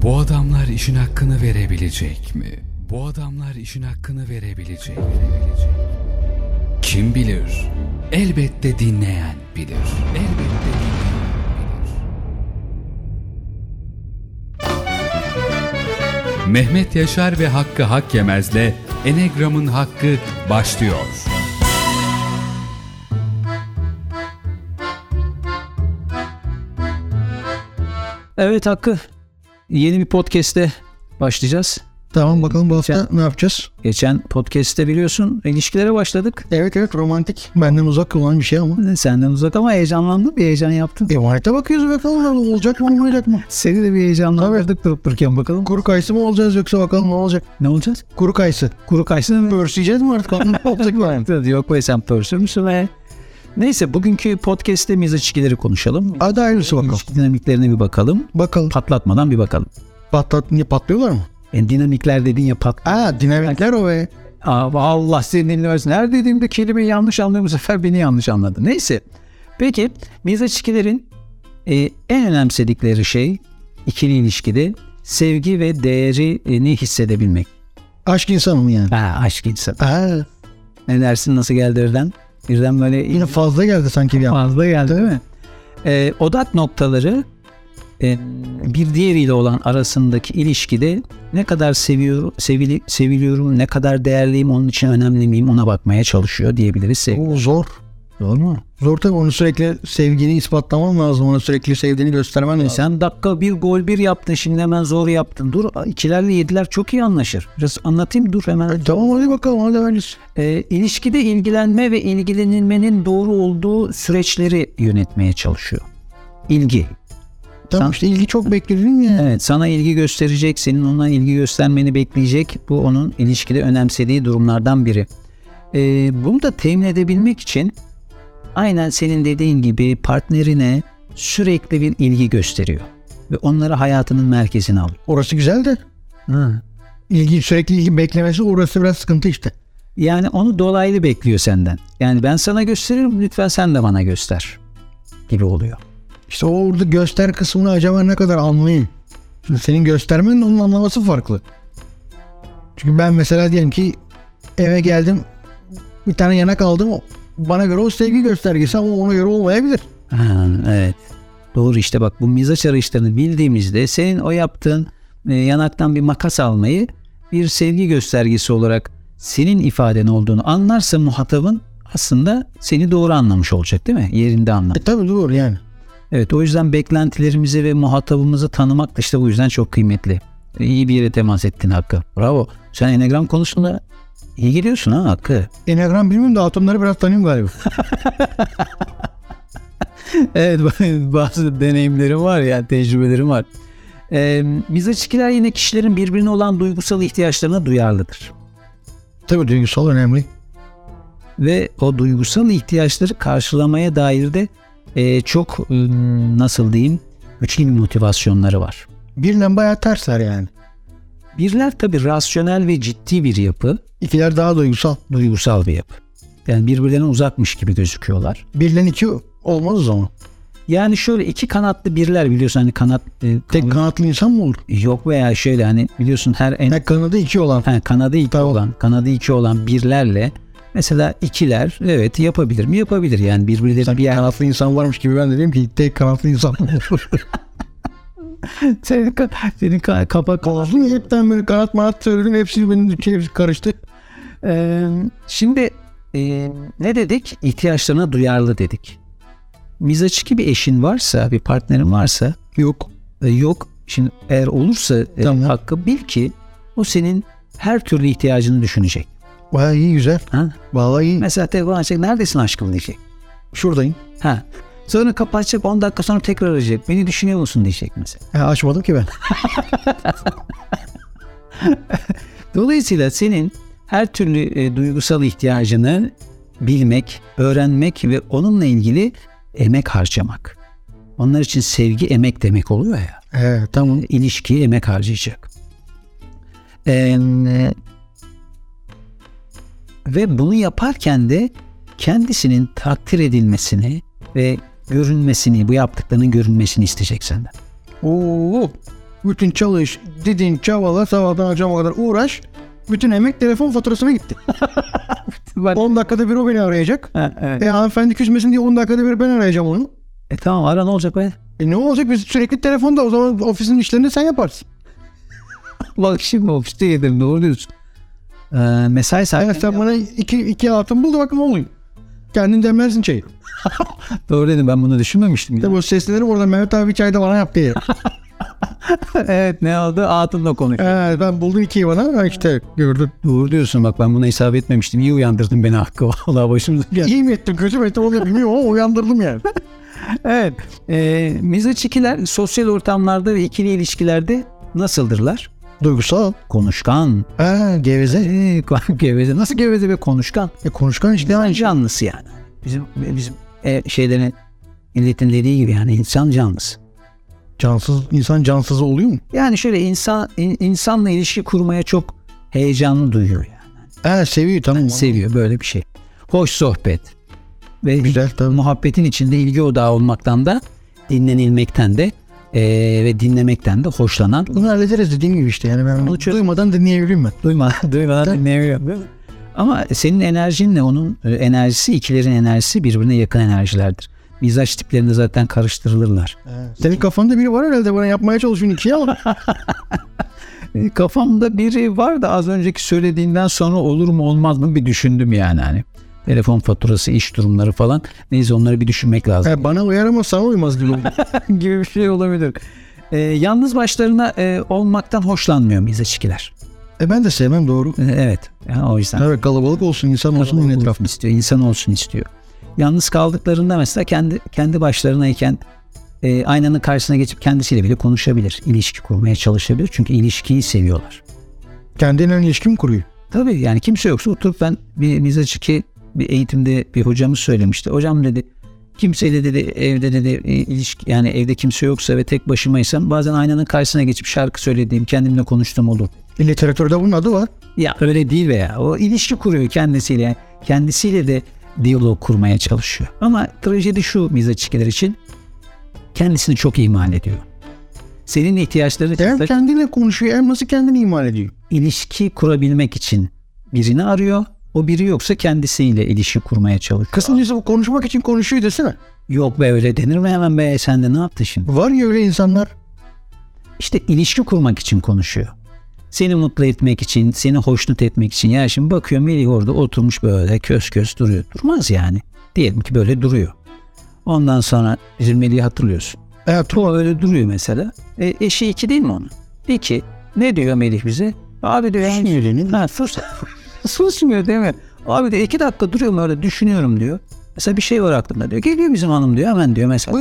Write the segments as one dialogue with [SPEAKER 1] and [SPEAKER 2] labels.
[SPEAKER 1] Bu adamlar işin hakkını verebilecek mi? Bu adamlar işin hakkını verebilecek mi? Kim bilir? Elbette dinleyen bilir. Elbette dinleyen bilir. Mehmet Yaşar ve Hakkı Hakyemez'le Enegram'ın Hakkı başlıyor.
[SPEAKER 2] Evet Hakkı, yeni bir podcast'te başlayacağız.
[SPEAKER 3] Tamam, bakalım bu hafta ne yapacağız?
[SPEAKER 2] Geçen podcast'te biliyorsun ilişkilere başladık.
[SPEAKER 3] Evet, romantik. Benden uzak olan bir şey ama.
[SPEAKER 2] Senden uzak ama heyecanlandın, bir heyecan yaptın.
[SPEAKER 3] Emanete bakıyoruz bakalım olacak mı olmayacak mı?
[SPEAKER 2] Seni de bir heyecanlandırdık durup dururken bakalım.
[SPEAKER 3] Kuru kayısı mı olacağız yoksa bakalım ne olacak?
[SPEAKER 2] Ne olacağız?
[SPEAKER 3] Kuru kayısı.
[SPEAKER 2] Kuru kayısı mı?
[SPEAKER 3] Pörsüyeceğiz mi artık? Ne olacak mı?
[SPEAKER 2] Yok be, sen pörsür müsün be? Neyse, bugünkü podcast'te mizaçikileri konuşalım.
[SPEAKER 3] Hadi ayrısı bakalım.
[SPEAKER 2] İlişki dinamiklerine bir bakalım.
[SPEAKER 3] Bakalım.
[SPEAKER 2] Patlatmadan bir bakalım.
[SPEAKER 3] Niye patlıyorlar mı?
[SPEAKER 2] Dinamikler dedin ya
[SPEAKER 3] Dinamikler o be.
[SPEAKER 2] Allah senin eline versin. Her dediğimde kelimeyi yanlış anlıyorum, bu sefer beni yanlış anladı. Neyse. Peki mizaçikilerin en önemsedikleri şey ikili ilişkide sevgi ve değerini hissedebilmek.
[SPEAKER 3] Aşk insanı mı yani?
[SPEAKER 2] Aşk insanı. Ne dersin, nasıl geldi oradan? Birden böyle
[SPEAKER 3] yine fazla geldi sanki bir an.
[SPEAKER 2] Fazla geldi değil mi? Odak noktaları bir diğeriyle olan arasındaki ilişkide ne kadar seviliyorum, ne kadar değerliyim, onun için önemli miyim, ona bakmaya çalışıyor diyebiliriz.
[SPEAKER 3] Zor.
[SPEAKER 2] Doğru mu?
[SPEAKER 3] Zor tabii, onu sürekli sevgini ispatlaman lazım, ona sürekli sevdiğini göstermen lazım.
[SPEAKER 2] Sen dakika 1 gol 1 yaptın, şimdi hemen zor yaptın. Dur, ikilerle yediler çok iyi anlaşır. Biraz anlatayım, dur hemen.
[SPEAKER 3] Tamam, hadi bakalım, hadi öyleyse.
[SPEAKER 2] İlişkide ilgilenme ve ilgilenilmenin doğru olduğu süreçleri yönetmeye çalışıyor. İlgi.
[SPEAKER 3] Tamam, işte ilgi çok bekledin ya.
[SPEAKER 2] Evet, sana ilgi gösterecek, senin ona ilgi göstermeni bekleyecek. Bu onun ilişkide önemsediği durumlardan biri. Bunu da temin edebilmek için aynen senin dediğin gibi partnerine sürekli bir ilgi gösteriyor. Ve onları hayatının merkezine alıyor.
[SPEAKER 3] Orası güzel de. Sürekli ilgi beklemesi, orası biraz sıkıntı işte.
[SPEAKER 2] Yani onu dolaylı bekliyor senden. Yani ben sana gösteririm, lütfen sen de bana göster gibi oluyor.
[SPEAKER 3] İşte orada göster kısmını acaba ne kadar anlayayım? Şimdi senin göstermenin onun anlaması farklı. Çünkü ben mesela diyelim ki eve geldim, bir tane yanak aldım, bana göre o sevgi göstergesi ama ona göre olmayabilir.
[SPEAKER 2] Evet. Doğru, işte bak, bu mizaç arayışlarını bildiğimizde senin o yaptığın yanaktan bir makas almayı bir sevgi göstergesi olarak senin ifaden olduğunu anlarsa muhatabın aslında seni doğru anlamış olacak, değil mi? Yerinde anlamış.
[SPEAKER 3] Tabii doğru yani.
[SPEAKER 2] Evet, o yüzden beklentilerimizi ve muhatabımızı tanımak da işte bu yüzden çok kıymetli. İyi bir yere temas ettin Hakkı. Bravo. Sen Enegram konusunda iyi gidiyorsun ha Hakkı.
[SPEAKER 3] Enegram bilmiyorum da atomları biraz tanıyorum galiba.
[SPEAKER 2] Evet, bazı deneyimlerim var yani, tecrübelerim var. Mizaçikiler yine kişilerin birbirine olan duygusal ihtiyaçlarına duyarlıdır.
[SPEAKER 3] Tabii duygusal önemli.
[SPEAKER 2] Ve o duygusal ihtiyaçları karşılamaya dair de çok nasıl diyeyim, güçlü bir motivasyonları var.
[SPEAKER 3] Birle bayağı tersler yani.
[SPEAKER 2] Birler tabii rasyonel ve ciddi bir yapı.
[SPEAKER 3] İkiler daha duygusal.
[SPEAKER 2] Duygusal bir yapı. Yani birbirlerine uzakmış gibi gözüküyorlar.
[SPEAKER 3] Birlen iki olmaz o zaman.
[SPEAKER 2] Yani şöyle iki kanatlı birler, biliyorsun hani
[SPEAKER 3] tek kanatlı insan mı olur?
[SPEAKER 2] Yok, veya şöyle hani biliyorsun
[SPEAKER 3] kanadı iki olan.
[SPEAKER 2] Kanadı iki olan birlerle mesela ikiler evet yapabilir mi? Yapabilir yani, birbirleri bir
[SPEAKER 3] kanatlı insan varmış gibi ben de diyeyim ki tek kanatlı insan olur.
[SPEAKER 2] senin kapak
[SPEAKER 3] kanatlı hepten böyle kanat söyledin, hepsi benim karıştı.
[SPEAKER 2] Şimdi ne dedik? İhtiyaçlarına duyarlı dedik. Mizaçiki bir eşin varsa, bir partnerin varsa, yok. Şimdi eğer olursa
[SPEAKER 3] tamam.
[SPEAKER 2] Hakkı, bil ki o senin her türlü ihtiyacını düşünecek.
[SPEAKER 3] Bayağı iyi, güzel. Vallahi iyi.
[SPEAKER 2] Mesela telefon açacak, neredesin aşkım diyecek.
[SPEAKER 3] Şuradayım.
[SPEAKER 2] Sonra kapatacak, 10 dakika sonra tekrar arayacak. Beni düşünüyor musun diyecek mesela.
[SPEAKER 3] Açmadım ki ben.
[SPEAKER 2] Dolayısıyla senin her türlü duygusal ihtiyacını bilmek, öğrenmek ve onunla ilgili emek harcamak. Onlar için sevgi emek demek oluyor ya.
[SPEAKER 3] Tamam.
[SPEAKER 2] İlişkiye emek harcayacak. Ve bunu yaparken de kendisinin takdir edilmesini ve görünmesini, bu yaptıklarının görünmesini isteyecek senden.
[SPEAKER 3] Bütün çalış, didin, çavala, sabahtan akşama kadar uğraş. Bütün emek telefon faturasına gitti. 10 dakikada bir o beni arayacak.
[SPEAKER 2] Evet.
[SPEAKER 3] Hanımefendi küsmesin diye 10 dakikada bir ben arayacağım onu.
[SPEAKER 2] Tamam, ara, ne olacak be?
[SPEAKER 3] Ne olacak, biz sürekli telefonda, o zaman ofisin işlerini sen yaparsın.
[SPEAKER 2] Bak şimdi ofiste yedim, doğru diyorsun. Mesai saati.
[SPEAKER 3] Evet, sen bana iki altın bul da bakın olayım. Kendin demlersin çayı.
[SPEAKER 2] Doğru dedim, ben bunu düşünmemiştim.
[SPEAKER 3] İşte bu seslerim orada, Mehmet abi çayda bana yaptı ya.
[SPEAKER 2] Evet, ne oldu? Hatun'la konuşuyor.
[SPEAKER 3] Ben buldum 2'yi bana. Ha işte gördün.
[SPEAKER 2] Doğru diyorsun, bak ben buna hesap etmemiştim. İyi uyandırdın beni Hakkı. Vallahi başımıza geldi.
[SPEAKER 3] İyi mi ettim kötü mü ettim onu bilmiyorum ama uyandırdım yani.
[SPEAKER 2] Evet. Mizaçikiler sosyal ortamlarda ve ikili ilişkilerde nasıldırlar?
[SPEAKER 3] Duygusal.
[SPEAKER 2] Konuşkan.
[SPEAKER 3] Geveze.
[SPEAKER 2] Geveze. Nasıl geveze ve konuşkan?
[SPEAKER 3] Konuşkan işte.
[SPEAKER 2] İnsan canlısı yani. Bizim şeylerin, milletin dediği gibi yani insan canlısı.
[SPEAKER 3] İnsan cansız oluyor mu?
[SPEAKER 2] Yani şöyle insanla ilişki kurmaya çok heyecanlı duyuyor yani.
[SPEAKER 3] Seviyor, tamam.
[SPEAKER 2] Seviyor böyle bir şey. Hoş sohbet. Ve
[SPEAKER 3] güzel, tabii.
[SPEAKER 2] Muhabbetin içinde ilgi odağı olmaktan da, dinlenilmekten de ve dinlemekten de hoşlanan.
[SPEAKER 3] Bunu hallederiz dediğim gibi işte. Yani ben duymadan dinleyebilirim ben.
[SPEAKER 2] Duymadan dinleyebiliyorum. Ama senin enerjinle onun enerjisi, ikilerin enerjisi birbirine yakın enerjilerdir. Mizaç tiplerinde zaten karıştırılırlar.
[SPEAKER 3] Senin kafanda biri var herhalde, bana yapmaya çalışıyorsun ikiye ama.
[SPEAKER 2] Kafamda biri var da az önceki söylediğinden sonra olur mu olmaz mı bir düşündüm yani hani. Telefon faturası, iş durumları falan. Neyse, onları bir düşünmek lazım.
[SPEAKER 3] Bana uyar ama sana uymaz gibi.
[SPEAKER 2] gibi bir şey olabilir. Yalnız başlarına olmaktan hoşlanmıyor mizaçikiler.
[SPEAKER 3] Ben de sevmem, doğru.
[SPEAKER 2] Evet. Yani o yüzden.
[SPEAKER 3] Evet, kalabalık olsun, insan olsun onun etrafında.
[SPEAKER 2] İstiyor, insan olsun istiyor. Yalnız kaldıklarında mesela kendi başlarınayken aynanın karşısına geçip kendisiyle bile konuşabilir. İlişki kurmaya çalışabilir. Çünkü ilişkiyi seviyorlar.
[SPEAKER 3] Kendiyle ilişki mi kuruyor?
[SPEAKER 2] Tabii yani kimse yoksa oturup, ben bir mizaçiki bir eğitimde bir hocamız söylemişti. Hocam dedi, kimseyle dedi evde dedi ilişki, yani evde kimse yoksa ve tek başımaysam bazen aynanın karşısına geçip şarkı söylediğim, kendimle konuştuğum olur.
[SPEAKER 3] Literatürde bunun adı var.
[SPEAKER 2] Ya öyle değil veya o ilişki kuruyor kendisiyle. Yani kendisiyle de diyalog kurmaya çalışıyor. Ama trajedi şu mizaçikiler için, kendisini çok ihmal ediyor. Senin ihtiyaçlarını
[SPEAKER 3] Hem kendiyle konuşuyor hem nasıl kendini ihmal ediyor.
[SPEAKER 2] İlişki kurabilmek için birini arıyor. O biri yoksa kendisiyle ilişki kurmaya çalışıyor.
[SPEAKER 3] Kısacası bu konuşmak için konuşuyor desene.
[SPEAKER 2] Yok be, öyle denir mi hemen be, sen de ne yaptın şimdi?
[SPEAKER 3] Var ya öyle insanlar.
[SPEAKER 2] İşte ilişki kurmak için konuşuyor. Seni mutlu etmek için, seni hoşnut etmek için. Ya şimdi bakıyor Melih orada oturmuş böyle kös kös duruyor. Durmaz yani. Diyelim ki böyle duruyor. Ondan sonra bizim Melih'i hatırlıyorsun.
[SPEAKER 3] Evet.
[SPEAKER 2] O öyle duruyor mesela. Eşi 2 değil mi onun? 2. Ne diyor Melih bize? Abi diyor. Susmuyor değil mi? Abi de 2 dakika duruyorum öyle düşünüyorum diyor. Mesela bir şey var aklımda diyor. Geliyor bizim hanım diyor, hemen diyor mesela.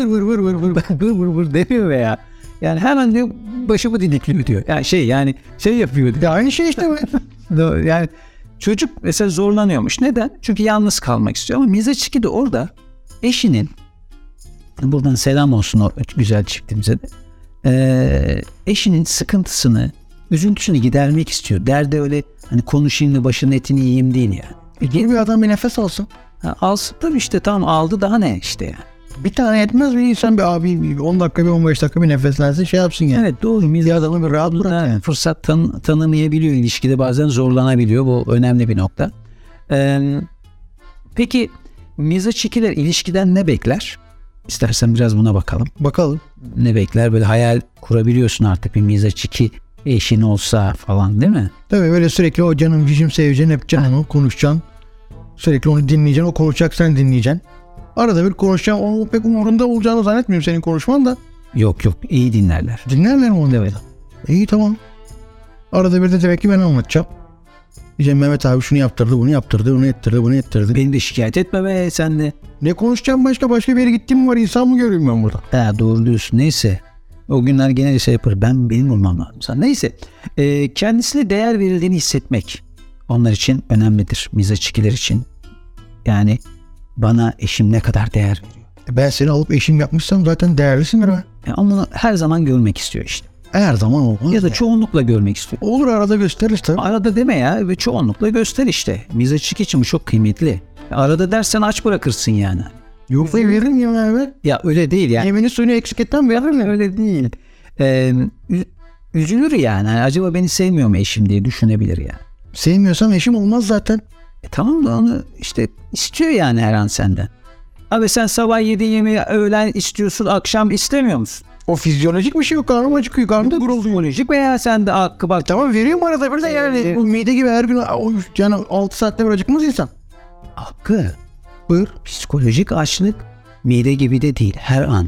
[SPEAKER 2] Vır demiyor veya. Yani hemen diyor başımı didikliyor diyor. Yani şey yapıyor diyor.
[SPEAKER 3] Ya aynı şey işte.
[SPEAKER 2] Yani çocuk mesela zorlanıyormuş. Neden? Çünkü yalnız kalmak istiyor. Ama mizaçiki de orada eşinin, buradan selam olsun o güzel çiftimize de, eşinin sıkıntısını, üzüntüsünü gidermek istiyor. Derdi öyle hani konuşayım da başının etini yiyeyim değil yani.
[SPEAKER 3] Bir adam bir nefes alsın.
[SPEAKER 2] Alsın tabii, işte tam aldı, daha ne işte yani.
[SPEAKER 3] Bir tane yetmez mi? İnsan bir 10 dakika bir 15 dakika bir nefeslensin, şey yapsın yani.
[SPEAKER 2] Evet, doğru.
[SPEAKER 3] Bir adamı bir rahat bırak yani.
[SPEAKER 2] Fırsat tanımayabiliyor, ilişkide bazen zorlanabiliyor. Bu önemli bir nokta. Peki mizaçikiler ilişkiden ne bekler? İstersen biraz buna bakalım.
[SPEAKER 3] Bakalım.
[SPEAKER 2] Ne bekler? Böyle hayal kurabiliyorsun artık, bir mizaçiki eşin olsa falan, değil mi?
[SPEAKER 3] Tabii böyle sürekli o canım cicim seveceksin, hep canım konuşacaksın. Sürekli onu dinleyeceksin, o konuşacak, sen dinleyeceksin. Arada bir konuşacaksın, o pek umurunda olacağını zannetmiyorum senin konuşman da.
[SPEAKER 2] Yok iyi dinlerler.
[SPEAKER 3] Dinlerler mi onu?
[SPEAKER 2] Evet.
[SPEAKER 3] İyi, tamam. Arada bir de demek ki ben anlatacağım. Diyeceğim Mehmet abi şunu yaptırdı, bunu yaptırdı, bunu ettirdi, bunu ettirdi.
[SPEAKER 2] Beni de şikayet etme be sen de.
[SPEAKER 3] Ne konuşacağım, başka bir yere gittim mi var, insan mı görüyorum ben burada?
[SPEAKER 2] Doğru diyorsun, neyse. O günler gene şey yapar. Benim olmam lazım. Neyse. Kendisine değer verildiğini hissetmek onlar için önemlidir. Mizaçikiler için. Yani bana eşim ne kadar değer veriyor.
[SPEAKER 3] Ben seni alıp eşim yapmışsam zaten değerlisindir ha.
[SPEAKER 2] Ama her zaman görmek istiyor işte.
[SPEAKER 3] Her zaman olmaz.
[SPEAKER 2] Ya da çoğunlukla görmek istiyor.
[SPEAKER 3] Olur, arada gösteririz tabii.
[SPEAKER 2] Arada deme ya, ve çoğunlukla göster işte. Mizaçik için bu çok kıymetli. Arada dersen aç bırakırsın yani.
[SPEAKER 3] Yoksa veririm ya evet.
[SPEAKER 2] Ya öyle değil yani.
[SPEAKER 3] Yemini suyunu eksik etmem veririm ya.
[SPEAKER 2] Öyle değil. üzülür yani. Hani acaba beni sevmiyor mu eşim diye düşünebilir yani.
[SPEAKER 3] Sevmiyorsam eşim olmaz zaten.
[SPEAKER 2] Tamam da onu işte istiyor yani her an senden. Abi sen sabah yediğin yemeği öğlen istiyorsun, akşam istemiyor musun?
[SPEAKER 3] O fizyolojik bir şey yok. Karnım acıkıyor. Karnım gurulduyor.
[SPEAKER 2] Psikolojik veya sen de hakkı bak.
[SPEAKER 3] Tamam veriyorum arada bir de yani. Bu mide gibi her gün yani 6 saatte bir acıkmaz insan.
[SPEAKER 2] Hakkı.
[SPEAKER 3] Buyur.
[SPEAKER 2] Psikolojik açlık mide gibi de değil her an.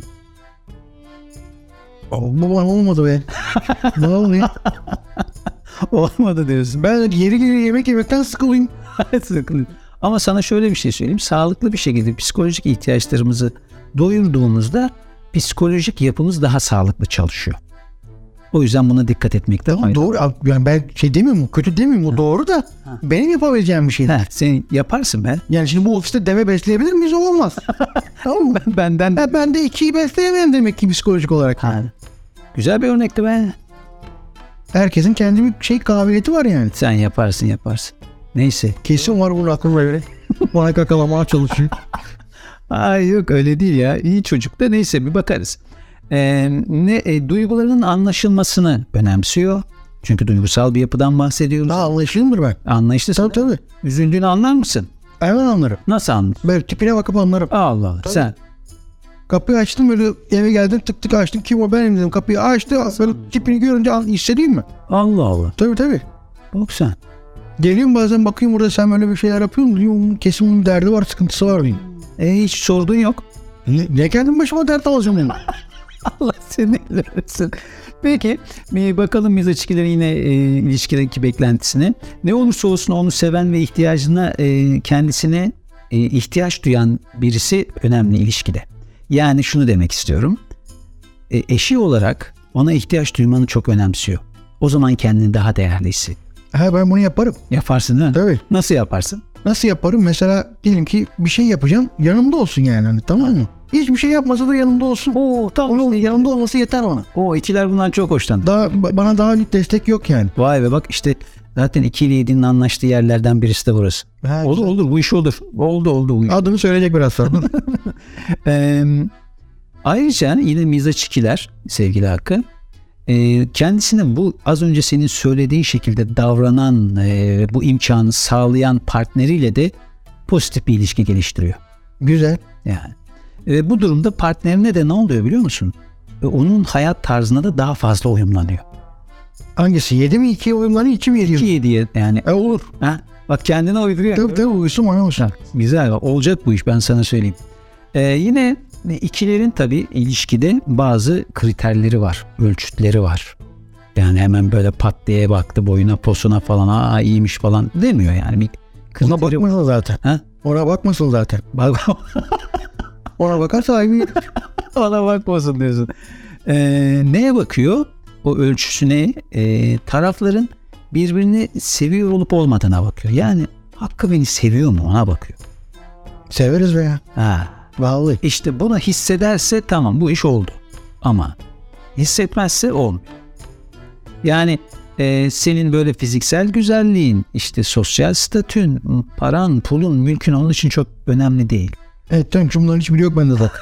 [SPEAKER 3] Bu bana olmadı be. Ne oluyor?
[SPEAKER 2] Olmadı diyorsun.
[SPEAKER 3] Ben yeri geliyor yemek yemekten sıkılayım.
[SPEAKER 2] Sıkıntı. Ama sana şöyle bir şey söyleyeyim. Sağlıklı bir şekilde psikolojik ihtiyaçlarımızı doyurduğumuzda psikolojik yapımız daha sağlıklı çalışıyor. O yüzden buna dikkat etmekte
[SPEAKER 3] Tamam
[SPEAKER 2] fayda var.
[SPEAKER 3] doğru. Yani ben şey demiyorum mu? Kötü demiyorum mu? Doğru da benim yapabileceğim bir şey.
[SPEAKER 2] Sen yaparsın be.
[SPEAKER 3] Yani şimdi bu ofiste deve besleyebilir miyiz? O olmaz. Tamam mı?
[SPEAKER 2] Benden
[SPEAKER 3] Ben de 2'yi besleyemem demek ki psikolojik olarak.
[SPEAKER 2] güzel bir örnekti be.
[SPEAKER 3] Herkesin kendi bir kabiliyeti var yani.
[SPEAKER 2] Sen yaparsın. Neyse.
[SPEAKER 3] Kesin var bunun aklımda öyle. Bana kakalamaya çalışıyor.
[SPEAKER 2] Ay yok öyle değil ya. İyi çocuk da neyse bir bakarız. Duygularının anlaşılmasını önemsiyor. Çünkü duygusal bir yapıdan bahsediyoruz.
[SPEAKER 3] Daha anlaşılır ben.
[SPEAKER 2] Anlaşılsın.
[SPEAKER 3] Tabii.
[SPEAKER 2] Üzüldüğünü anlar mısın?
[SPEAKER 3] Hemen anlarım.
[SPEAKER 2] Nasıl anlarsın?
[SPEAKER 3] Böyle tipine bakıp anlarım.
[SPEAKER 2] Allah Allah.
[SPEAKER 3] Tabii.
[SPEAKER 2] Sen.
[SPEAKER 3] Kapıyı açtım böyle eve geldim tık tık açtım. Kim o benim dedim. Kapıyı açtı. Böyle tipini görünce hissedeyim mi?
[SPEAKER 2] Allah Allah.
[SPEAKER 3] Tabii.
[SPEAKER 2] Bak sen.
[SPEAKER 3] Geliyorum bazen bakıyorum burada sen böyle bir şeyler yapıyor musun? Diyorum, kesin bunun derdi var sıkıntısı var diyeyim.
[SPEAKER 2] Hiç sorduğun yok.
[SPEAKER 3] Ne kendim başıma dert alacağım onu.
[SPEAKER 2] Allah seni eylesin. Peki bir bakalım Mizaçikilerin yine ilişkideki beklentisine. Ne olursa olsun onu seven ve ihtiyacına kendisine ihtiyaç duyan birisi önemli ilişkide. Yani şunu demek istiyorum. Eşi olarak ona ihtiyaç duymanı çok önemsiyor. O zaman kendini daha değerli hisset.
[SPEAKER 3] Ben bunu yaparım.
[SPEAKER 2] Yaparsın değil mi?
[SPEAKER 3] Tabii.
[SPEAKER 2] Nasıl yaparsın?
[SPEAKER 3] Nasıl yaparım? Mesela diyelim ki bir şey yapacağım. Yanımda olsun yani. Hani, tamam mı? Hiçbir şey yapmasa da yanımda olsun. Onun yanımda olması yeter bana.
[SPEAKER 2] İkiler bundan çok hoşlandı.
[SPEAKER 3] Bana daha bir destek yok yani.
[SPEAKER 2] Vay be bak işte zaten 2 ile 7'nin anlaştığı yerlerden birisi de burası. Olur bu iş olur. Oldu bu iş.
[SPEAKER 3] Adını söyleyecek biraz sonra.
[SPEAKER 2] Ayrıca yine Mizaçikiler sevgili Hakkı kendisine bu az önce senin söylediğin şekilde davranan bu imkanı sağlayan partneriyle de pozitif bir ilişki geliştiriyor.
[SPEAKER 3] Güzel.
[SPEAKER 2] Yani. Bu durumda partnerine de ne oluyor biliyor musun? Onun hayat tarzına da daha fazla uyumlanıyor.
[SPEAKER 3] Hangisi? 7 mi 2'ye uyumlanıyor 2 mi 7'ye?
[SPEAKER 2] 2-7'ye yani.
[SPEAKER 3] Olur.
[SPEAKER 2] Bak kendine uyduruyor.
[SPEAKER 3] Tabii uyusun bana olsun.
[SPEAKER 2] Güzel olacak bu iş ben sana söyleyeyim. Yine ikilerin tabii ilişkide bazı kriterleri var, ölçütleri var. Yani hemen böyle pat diye baktı boyuna posuna falan iyiymiş falan demiyor yani. Bir
[SPEAKER 3] Ona bakmasın zaten. Ona bakmasın zaten. Ona bakarsa aynı.
[SPEAKER 2] Ona bakmasın diyorsun. Neye bakıyor? O ölçüsüne tarafların birbirini seviyor olup olmadığına bakıyor. Yani Hakkı beni seviyor mu ona bakıyor.
[SPEAKER 3] Severiz be ya. Vallahi.
[SPEAKER 2] İşte bunu hissederse tamam bu iş oldu. Ama hissetmezse olmuyor. Yani senin böyle fiziksel güzelliğin, işte sosyal statün, paran, pulun, mülkün onun için çok önemli değil.
[SPEAKER 3] Evet tamam bunların hiçbiri yok bende zaten.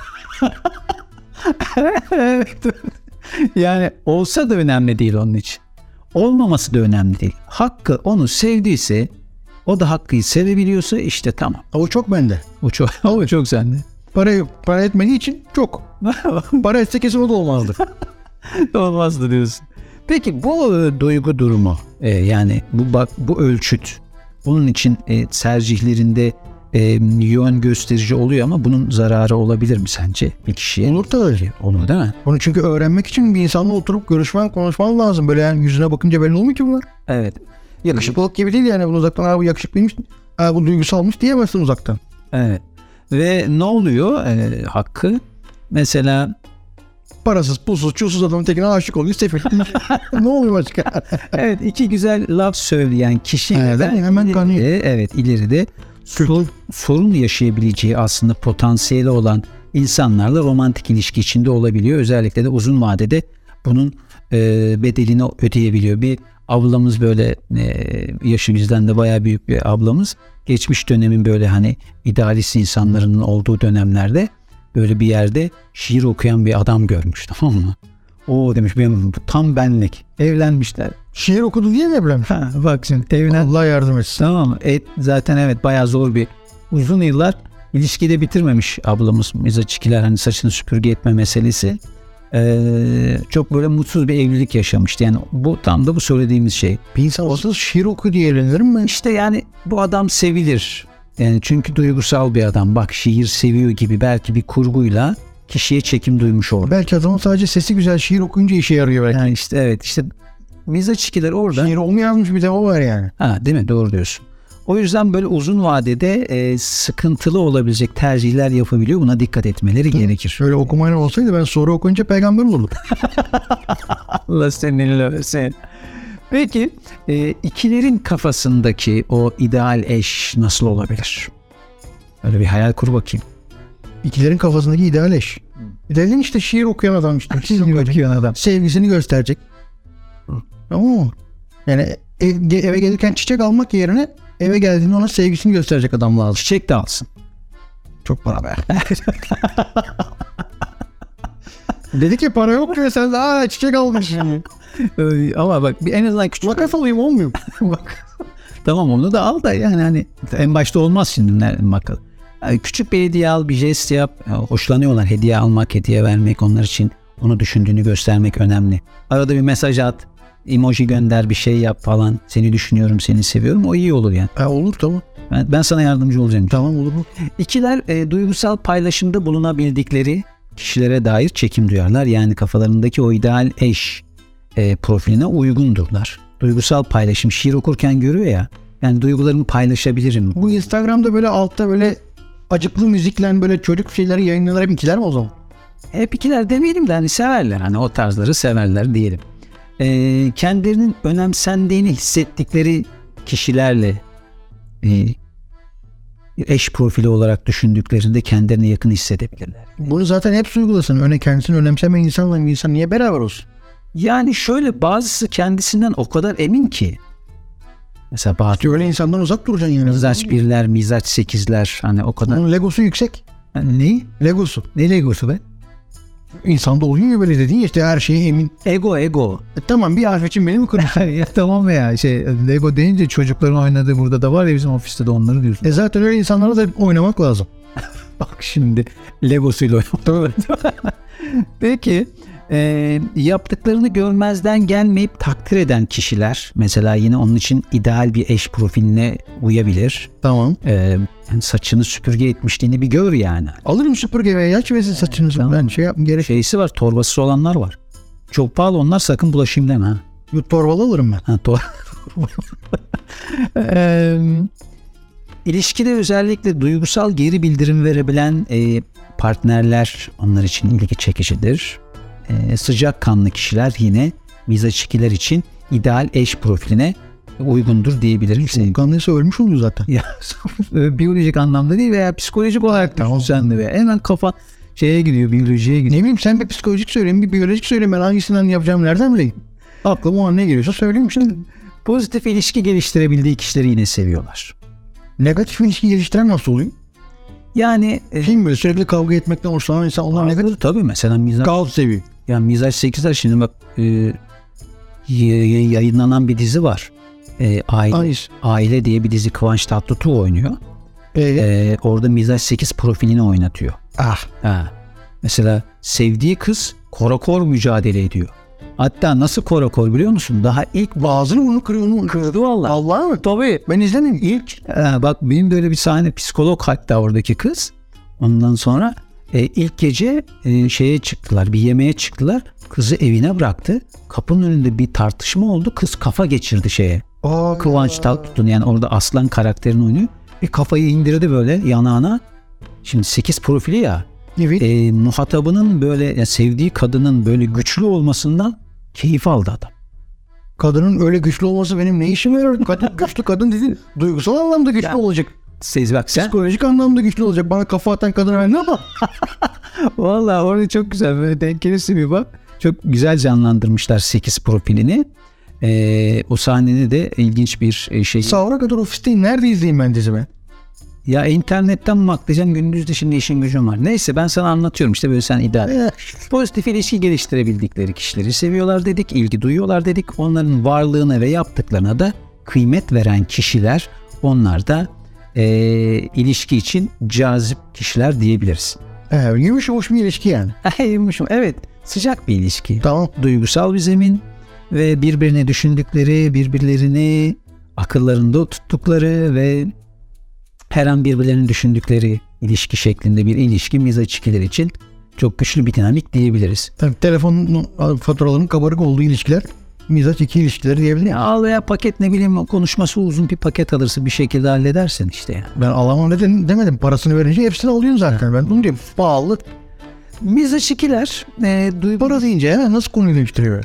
[SPEAKER 2] Evet. Yani olsa da önemli değil onun için. Olmaması da önemli değil. Hakkı onu sevdiyse, o da Hakkı'yı sevebiliyorsa işte tamam.
[SPEAKER 3] O çok bende.
[SPEAKER 2] O çok sende.
[SPEAKER 3] Para etmediği için çok. Para etse kesin o da olmazdı.
[SPEAKER 2] Olmazdı diyorsun. Peki bu duygu durumu yani bu ölçüt bunun için tercihlerinde yön gösterici oluyor ama bunun zararı olabilir mi sence bir kişiye?
[SPEAKER 3] Olur tabii.
[SPEAKER 2] Olur değil mi?
[SPEAKER 3] Bunu çünkü öğrenmek için bir insanla oturup konuşman lazım. Böyle yani yüzüne bakınca belli olmuyor ki bunlar.
[SPEAKER 2] Evet.
[SPEAKER 3] Yakışıklılık gibi değil yani. Bunu uzaktan bu yakışıklıymış, bu duygusalmış diyemezsin uzaktan.
[SPEAKER 2] Evet. Ve ne oluyor Hakkı? Mesela
[SPEAKER 3] parasız, pulsuz, çulsuz adamın tekine aşık oluyor. Sefil. Ne oluyor başka?
[SPEAKER 2] Evet iki güzel laf söyleyen kişi
[SPEAKER 3] hemen kanıyor.
[SPEAKER 2] Evet ileride sorun yaşayabileceği aslında potansiyeli olan insanlarla romantik ilişki içinde olabiliyor. Özellikle de uzun vadede bunun bedelini ödeyebiliyor. Bir ablamız böyle yaşı bizden de bayağı büyük bir ablamız. Geçmiş dönemin böyle hani idealist insanların olduğu dönemlerde böyle bir yerde şiir okuyan bir adam görmüş, tamam mı? O demiş benim bu tam benlik. Evlenmişler.
[SPEAKER 3] Şiir okudu diye mi evlenmiş?
[SPEAKER 2] Ha, bak şimdi evlen.
[SPEAKER 3] Allah yardım etsin.
[SPEAKER 2] Tamam mı? Zaten evet bayağı zor bir uzun yıllar ilişkide bitirmemiş ablamız Mizaçikiler, hani saçını süpürge etme meselesi. Çok böyle mutsuz bir evlilik yaşamıştı. Yani bu tam da bu söylediğimiz şey.
[SPEAKER 3] Bir insan olsa şiir oku diye evlenir mi?
[SPEAKER 2] İşte yani bu adam sevilir. Yani çünkü duygusal bir adam. Bak şiir seviyor gibi belki bir kurguyla kişiye çekim duymuş olur.
[SPEAKER 3] Belki adamın sadece sesi güzel, şiir okuyunca işe yarıyor belki.
[SPEAKER 2] Yani işte evet işte Mizaçikiler orada.
[SPEAKER 3] Şiir olmayanmış bir de o var yani.
[SPEAKER 2] Ha, değil mi? Doğru diyorsun. O yüzden böyle uzun vadede sıkıntılı olabilecek tercihler yapabiliyor. Buna dikkat etmeleri gerekir.
[SPEAKER 3] Şöyle okumayla olsaydı ben soru okuyunca peygamber olurdum.
[SPEAKER 2] Allah seninle öyle. Peki ikilerin kafasındaki o ideal eş nasıl olabilir? Öyle bir hayal kur bakayım.
[SPEAKER 3] İkilerin kafasındaki ideal eş. İdealin işte şiir okuyan adam işte. Şiir okuyan adam. Sevgisini gösterecek. Tamam mı? Yani eve gelirken çiçek almak yerine eve geldiğinde ona sevgisini gösterecek adam lazım.
[SPEAKER 2] Çiçek de alsın.
[SPEAKER 3] Çok para be. Dedi ki para yok diyor, sen de çiçek almış.
[SPEAKER 2] Ama bak en azından küçük.
[SPEAKER 3] Makas alayım olmuyor.
[SPEAKER 2] Bak. Tamam onu da al da yani hani en başta olmaz şimdi bakalım. Yani küçük bir hediye al, bir jest yap. Hoşlanıyorlar hediye almak, hediye vermek, onlar için onu düşündüğünü göstermek önemli. Arada bir mesaj at, emoji gönder, bir şey yap falan. Seni düşünüyorum, seni seviyorum. O iyi olur yani.
[SPEAKER 3] Olur tamam.
[SPEAKER 2] Ben sana yardımcı olacağım.
[SPEAKER 3] Tamam olur mu?
[SPEAKER 2] İkiler duygusal paylaşımda bulunabildikleri kişilere dair çekim duyarlar. Yani kafalarındaki o ideal eş profiline uygundurlar. Duygusal paylaşım, şiir okurken görüyor ya. Yani duygularımı paylaşabilirim.
[SPEAKER 3] Bu Instagram'da böyle altta böyle acıklı müzikle böyle çocuk şeyleri yayınlıyorlar, hep ikiler mi o zaman?
[SPEAKER 2] Hep ikiler demeyelim de hani severler. Hani o tarzları severler diyelim. Kendilerinin önemsendiğini hissettikleri kişilerle eş profili olarak düşündüklerinde kendilerine yakın hissedebilirler.
[SPEAKER 3] Bunu zaten hep uygulasın. Kendisini önemsemeyen insanla bir insan niye beraber olsun?
[SPEAKER 2] Yani şöyle bazısı kendisinden o kadar emin ki. Mesela
[SPEAKER 3] İşte öyle insandan uzak duracaksın yani.
[SPEAKER 2] Mizaç 1'ler, mizaç 8'ler hani o kadar.
[SPEAKER 3] Onun legosu yüksek.
[SPEAKER 2] Ne?
[SPEAKER 3] Legosu.
[SPEAKER 2] Ne legosu be?
[SPEAKER 3] İnsanda oluyor ya böyle dediğin işte her şeye emin.
[SPEAKER 2] Ego.
[SPEAKER 3] Tamam bir harf için beni mi kırıyorsun?
[SPEAKER 2] Ya tamam ya Lego deyince çocukların oynadığı burada da var ya bizim ofiste de onları diyorsun.
[SPEAKER 3] Zaten öyle insanlara da oynamak lazım.
[SPEAKER 2] Bak şimdi Legosuyla oynamak. Peki yaptıklarını görmezden gelmeyip takdir eden kişiler mesela yine onun için ideal bir eş profiline uyabilir.
[SPEAKER 3] Tamam.
[SPEAKER 2] Yani saçını süpürge etmişliğini bir gör yani.
[SPEAKER 3] Alırım süpürge veya yaç versin saçını.
[SPEAKER 2] Tamam.
[SPEAKER 3] Ben şey yapmam gerek.
[SPEAKER 2] Şeysi var, torbası olanlar var. Çok pahalı onlar, sakın bulaşayım deme ha.
[SPEAKER 3] Torbalı alırım ben.
[SPEAKER 2] İlişkide özellikle duygusal geri bildirim verebilen partnerler onlar için ilgi çekicidir. Sıcakkanlı kişiler yine mizaçikiler için ideal eş profiline uygundur diyebilirim.
[SPEAKER 3] Sıcakkanlıysa ölmüş oluyor zaten.
[SPEAKER 2] Ya, biyolojik anlamda değil veya psikolojik olarak düşünsen de hemen kafa şeye gidiyor, biyolojiye gidiyor.
[SPEAKER 3] Ne bileyim sen bir psikolojik söyleyeyim, bir biyolojik söyleyeyim, ben hangisinden yapacağımı nereden bileyim? Aklıma o an ne geliyorsa söyleyeyim işte.
[SPEAKER 2] Pozitif ilişki geliştirebildiği kişileri yine seviyorlar.
[SPEAKER 3] Negatif ilişki geliştiren nasıl oluyor?
[SPEAKER 2] Yani
[SPEAKER 3] Kim böyle sürekli kavga etmekten hoşlanan insan onlar negatif.
[SPEAKER 2] Tabii mesela mizaç.
[SPEAKER 3] Kaos seviyor.
[SPEAKER 2] Yani mizaç 8'ler şimdi bak yayınlanan bir dizi var. Aile diye bir dizi, Kıvanç Tatlıtuğ oynuyor. Orada mizaç 8 profilini oynatıyor. Mesela sevdiği kız korakor mücadele ediyor. Hatta nasıl korakor biliyor musun? Daha ilk
[SPEAKER 3] ağzını bunu kırıyor. Onu
[SPEAKER 2] kırdı valla.
[SPEAKER 3] Allah mı?
[SPEAKER 2] Tabii.
[SPEAKER 3] Ben izlemeyeyim.
[SPEAKER 2] İlk bak benim de öyle bir sahne, psikolog hatta oradaki kız. Ondan sonra ilk gece şeye çıktılar, bir yemeğe çıktılar. Kızı evine bıraktı. Kapının önünde bir tartışma oldu. Kız kafa geçirdi şeye. Kıvanç Tatlıtuğ yani orada aslan karakterini oynuyor. Bir kafayı indirdi böyle yanağına. Şimdi 8 profili ya.
[SPEAKER 3] Evet.
[SPEAKER 2] Muhatabının böyle yani sevdiği kadının böyle güçlü olmasından keyif aldı adam.
[SPEAKER 3] Kadının öyle güçlü olması benim ne işime yarar? Güçlü kadın dedin. Duygusal anlamda güçlü olacak.
[SPEAKER 2] Bak sen.
[SPEAKER 3] Psikolojik anlamda güçlü olacak. Bana kafa atan kadına ben ne yapayım?
[SPEAKER 2] Valla orada çok güzel. Böyle denk gelirse bir bak. Çok güzel canlandırmışlar 8 profilini. O sahnede de ilginç bir şey.
[SPEAKER 3] Sahura kadar ofisteyim. Nerede izleyeyim ben dizimi?
[SPEAKER 2] Ya internetten mi bakacağım, gündüz de şimdi işin gücüm var. Neyse ben sana anlatıyorum işte böyle sen idare. Pozitif ilişki geliştirebildikleri kişileri seviyorlar dedik, ilgi duyuyorlar dedik. Onların varlığına ve yaptıklarına da kıymet veren kişiler, onlar da ilişki için cazip kişiler diyebiliriz.
[SPEAKER 3] Yumuşamış bir ilişki yani.
[SPEAKER 2] Evet, sıcak bir ilişki.
[SPEAKER 3] Tamam.
[SPEAKER 2] Duygusal bir zemin ve birbirine düşündükleri, birbirlerini akıllarında tuttukları ve her an birbirlerini düşündükleri ilişki şeklinde bir ilişki mizaç ikiler için çok güçlü bir dinamik diyebiliriz.
[SPEAKER 3] Tabii telefon faturalarının kabarık olduğu ilişkiler mizaç 2 ilişkileri diyebilir miyim?
[SPEAKER 2] Al veya paket, ne bileyim, konuşması uzun bir paket alırsın, bir şekilde halledersin işte yani.
[SPEAKER 3] Ben alamam demedim. Parasını verince hepsini alıyorsun zaten. Ben bunu diyorum. Pahalı.
[SPEAKER 2] Mizaç ikiler
[SPEAKER 3] Para deyince ya nasıl konuyu değiştiriyor?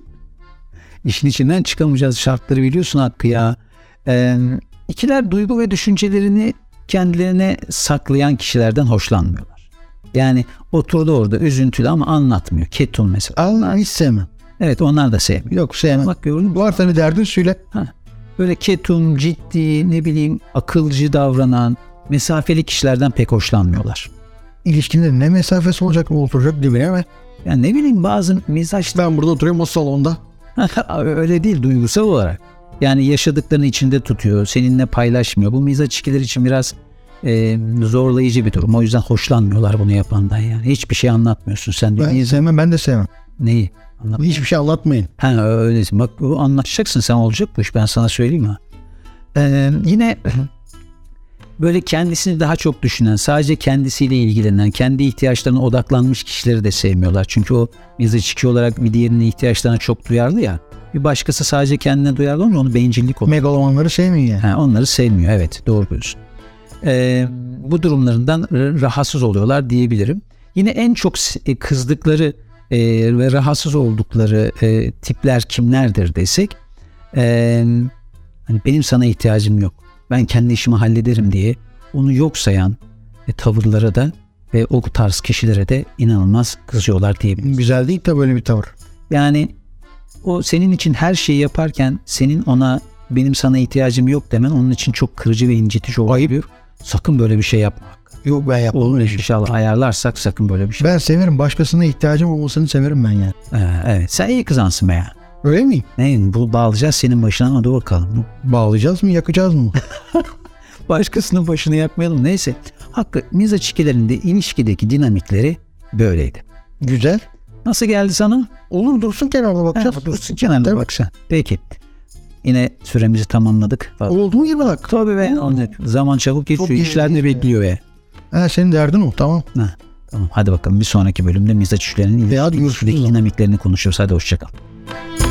[SPEAKER 2] İşin içinden çıkamayacağız, şartları biliyorsun Hakkı ya. İkiler duygu ve düşüncelerini kendilerine saklayan kişilerden hoşlanmıyorlar. Yani oturdu orada üzüntülü ama anlatmıyor. Ketum mesela.
[SPEAKER 3] Allah hiç sevmem.
[SPEAKER 2] Evet, onlar da sevmiyor.
[SPEAKER 3] Yok sevmem.
[SPEAKER 2] Bak gördün mü?
[SPEAKER 3] Varsa bir derdin söyle.
[SPEAKER 2] Böyle ketum, ciddi, ne bileyim akılcı davranan, mesafeli kişilerden pek hoşlanmıyorlar.
[SPEAKER 3] İlişkinde ne mesafesi olacak mı oturacak dibine mi?
[SPEAKER 2] Yani ne bileyim bazı mizaç...
[SPEAKER 3] Ben burada oturuyorum o salonda.
[SPEAKER 2] Öyle değil, duygusal olarak. Yani yaşadıklarını içinde tutuyor, seninle paylaşmıyor. Bu mizaç ikiler için biraz zorlayıcı bir durum. O yüzden hoşlanmıyorlar bunu yapandan yani. Hiçbir şey anlatmıyorsun sen.
[SPEAKER 3] Ben sevmem, ben de sevmem.
[SPEAKER 2] Neyi?
[SPEAKER 3] Hiçbir şey anlatmayın.
[SPEAKER 2] Öylesin. Bak anlatacaksın sen, olacak bu iş, ben sana söyleyeyim ha. Yine böyle kendisini daha çok düşünen, sadece kendisiyle ilgilenen, kendi ihtiyaçlarına odaklanmış kişileri de sevmiyorlar. Çünkü o mizaç iki olarak bir diğerinin ihtiyaçlarına çok duyarlı ya. Bir başkası sadece kendine duyarlı olunca onu bencillik oluyor.
[SPEAKER 3] Megalomanları sevmiyor yani.
[SPEAKER 2] Onları sevmiyor, evet, doğru diyorsun. Bu durumlarından rahatsız oluyorlar diyebilirim. Yine en çok kızdıkları ve rahatsız oldukları tipler kimlerdir desek, hani benim sana ihtiyacım yok, ben kendi işimi hallederim diye onu yok sayan tavırlara da ve o tarz kişilere de inanılmaz kızıyorlar diyebiliriz.
[SPEAKER 3] Güzel değil de böyle bir tavır.
[SPEAKER 2] Yani o senin için her şeyi yaparken senin ona benim sana ihtiyacım yok demen onun için çok kırıcı ve incitici olabiliyor. Sakın böyle bir şey yapma.
[SPEAKER 3] Yok ben yapmam.
[SPEAKER 2] Olur inşallah, ayarlarsak sakın böyle bir şey.
[SPEAKER 3] Ben severim. Başkasına ihtiyacım olmasını severim ben yani.
[SPEAKER 2] Evet, sen iyi kızansın be ya.
[SPEAKER 3] Öyle miyim?
[SPEAKER 2] Bu bağlayacağız senin başına ama dur bakalım.
[SPEAKER 3] Bağlayacağız mı, yakacağız mı?
[SPEAKER 2] Başkasının başını yakmayalım. Neyse. Hakkı, mizaç ikilerinde ilişkideki dinamikleri böyleydi.
[SPEAKER 3] Güzel.
[SPEAKER 2] Nasıl geldi sana?
[SPEAKER 3] Olur, dursun kenarda bakacağız.
[SPEAKER 2] Dursun kenarda bak sen. Peki. Yine süremizi tamamladık.
[SPEAKER 3] Oldu mu 20 dakika?
[SPEAKER 2] Tabii be. Zaman çabuk geçiyor. İşler de bekliyor be.
[SPEAKER 3] Senin derdin o, tamam.
[SPEAKER 2] Tamam, hadi bakalım bir sonraki bölümde mizaç üçlerinin ilişkideki dinamiklerini konuşuruz. Hadi hoşçakal.